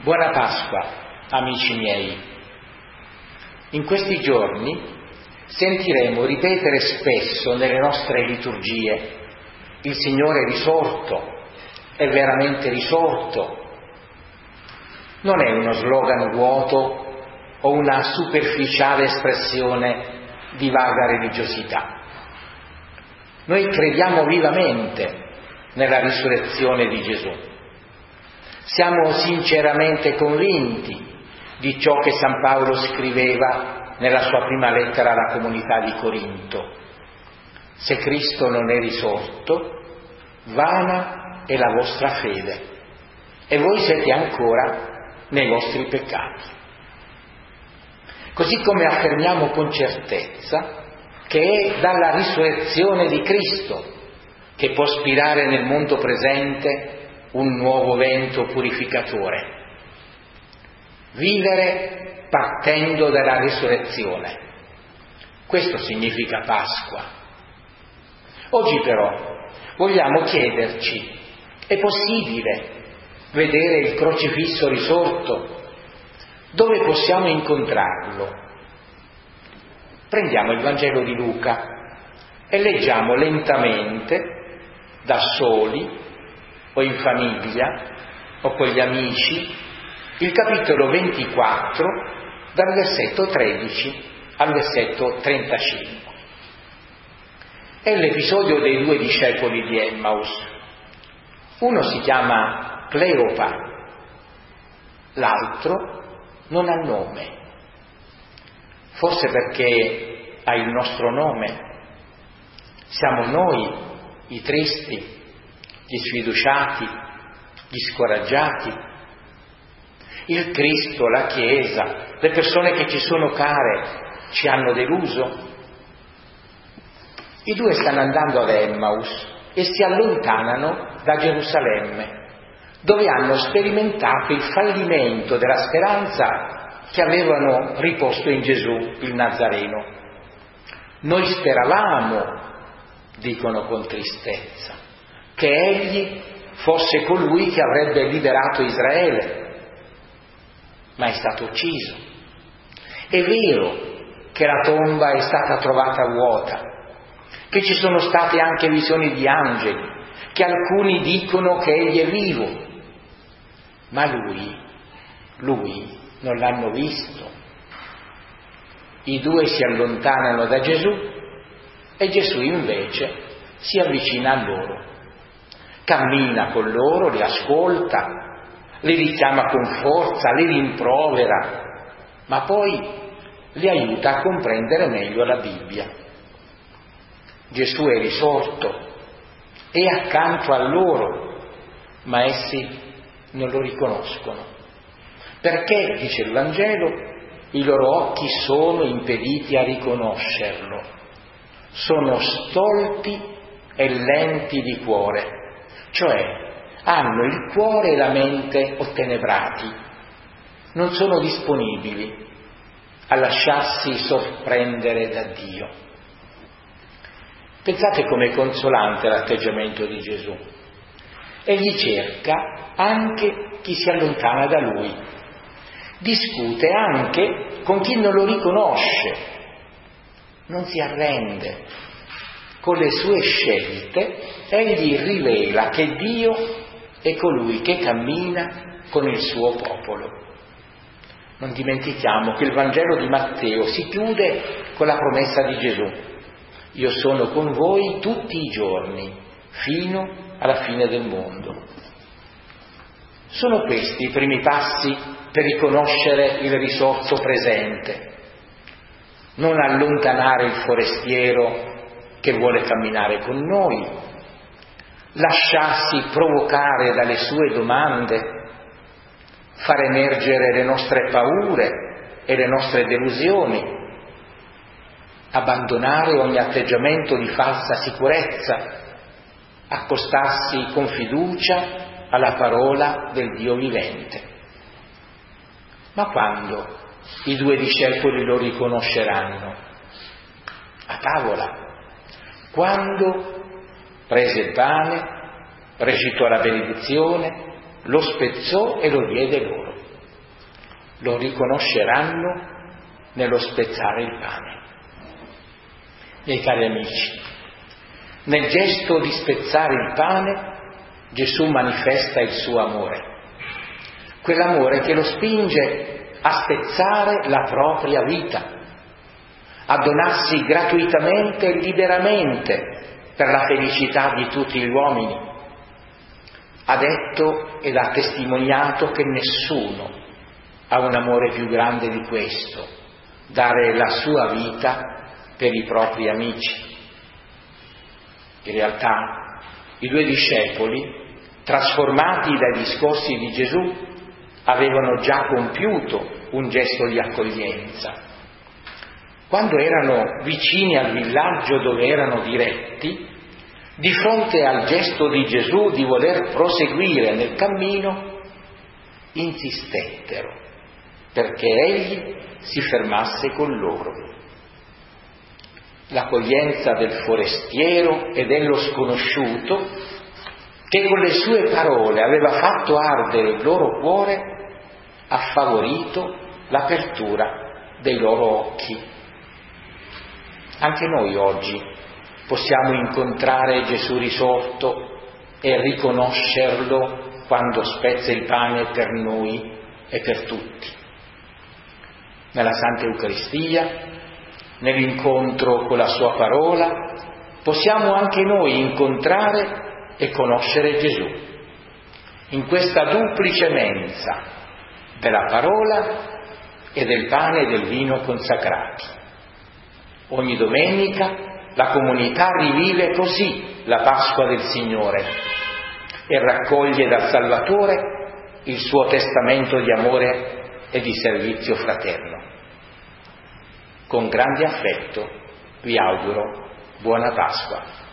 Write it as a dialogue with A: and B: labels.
A: Buona Pasqua, amici miei. In questi giorni sentiremo ripetere spesso nelle nostre liturgie: il Signore è risorto, è veramente risorto. Non è uno slogan vuoto o una superficiale espressione di vaga religiosità. Noi crediamo vivamente nella risurrezione di Gesù. Siamo sinceramente convinti di ciò che San Paolo scriveva nella sua prima lettera alla comunità di Corinto: se Cristo non è risorto, vana è la vostra fede e voi siete ancora nei vostri peccati. Così come affermiamo con certezza che è dalla risurrezione di Cristo che può spirare nel mondo presente un nuovo vento purificatore. Vivere partendo dalla risurrezione. Questo significa Pasqua. Oggi però vogliamo chiederci: è possibile vedere il crocifisso risorto? Dove possiamo incontrarlo? Prendiamo il Vangelo di Luca e leggiamo lentamente, da soli o in famiglia o con gli amici, il capitolo 24 dal versetto 13 al versetto 35. È l'episodio dei due discepoli di Emmaus. Uno si chiama Cleopa, l'altro non ha nome, forse perché ha il nostro nome. Siamo noi i tristi, gli sfiduciati, gli scoraggiati. Il Cristo, la Chiesa, le persone che ci sono care ci hanno deluso. I due stanno andando ad Emmaus e si allontanano da Gerusalemme, dove hanno sperimentato il fallimento della speranza che avevano riposto in Gesù, il Nazareno. Noi speravamo, dicono con tristezza, che egli fosse colui che avrebbe liberato Israele, ma è stato ucciso. È vero che la tomba è stata trovata vuota, che ci sono state anche visioni di angeli, che alcuni dicono che egli è vivo, ma lui non l'hanno visto. I due si allontanano da Gesù e Gesù invece si avvicina a loro, cammina con loro, li ascolta, li richiama con forza, li rimprovera, ma poi li aiuta a comprendere meglio la Bibbia. Gesù è risorto, è accanto a loro, ma essi non lo riconoscono. Perché, dice il Vangelo, i loro occhi sono impediti a riconoscerlo. Sono stolti e lenti di cuore, cioè hanno il cuore e la mente ottenebrati, non sono disponibili a lasciarsi sorprendere da Dio. Pensate com'è consolante l'atteggiamento di Gesù. Egli cerca anche chi si allontana da lui, discute anche con chi non lo riconosce, non si arrende. Con le sue scelte egli rivela che Dio è colui che cammina con il suo popolo. Non dimentichiamo che il Vangelo di Matteo si chiude con la promessa di Gesù: io sono con voi tutti i giorni, fino alla fine del mondo. Sono questi i primi passi per riconoscere il risorto presente. Non allontanare il forestiero che vuole camminare con noi, lasciarsi provocare dalle sue domande, far emergere le nostre paure e le nostre delusioni, abbandonare ogni atteggiamento di falsa sicurezza, accostarsi con fiducia alla parola del Dio vivente. Ma quando i due discepoli lo riconosceranno? A tavola, quando prese il pane, recitò la benedizione, lo spezzò e lo diede loro. lo riconosceranno nello spezzare il pane. Miei cari amici, nel gesto di spezzare il pane Gesù manifesta il suo amore, quell'amore che lo spinge a spezzare la propria vita, a donarsi gratuitamente e liberamente per la felicità di tutti gli uomini. Ha detto ed ha testimoniato che nessuno ha un amore più grande di questo, dare la sua vita per i propri amici. In realtà i due discepoli, trasformati dai discorsi di Gesù, avevano già compiuto un gesto di accoglienza. Quando erano vicini al villaggio dove erano diretti, di fronte al gesto di Gesù di voler proseguire nel cammino, insistettero perché egli si fermasse con loro. L'accoglienza del forestiero e dello sconosciuto, che con le sue parole aveva fatto ardere il loro cuore, ha favorito l'apertura dei loro occhi. Anche noi oggi possiamo incontrare Gesù risorto e riconoscerlo quando spezza il pane per noi e per tutti. Nella Santa Eucaristia, nell'incontro con la Sua parola, possiamo anche noi incontrare e conoscere Gesù, in questa duplice mensa della parola e del pane e del vino consacrati. Ogni domenica la comunità rivive così la Pasqua del Signore e raccoglie dal Salvatore il suo testamento di amore e di servizio fraterno. Con grande affetto vi auguro buona Pasqua.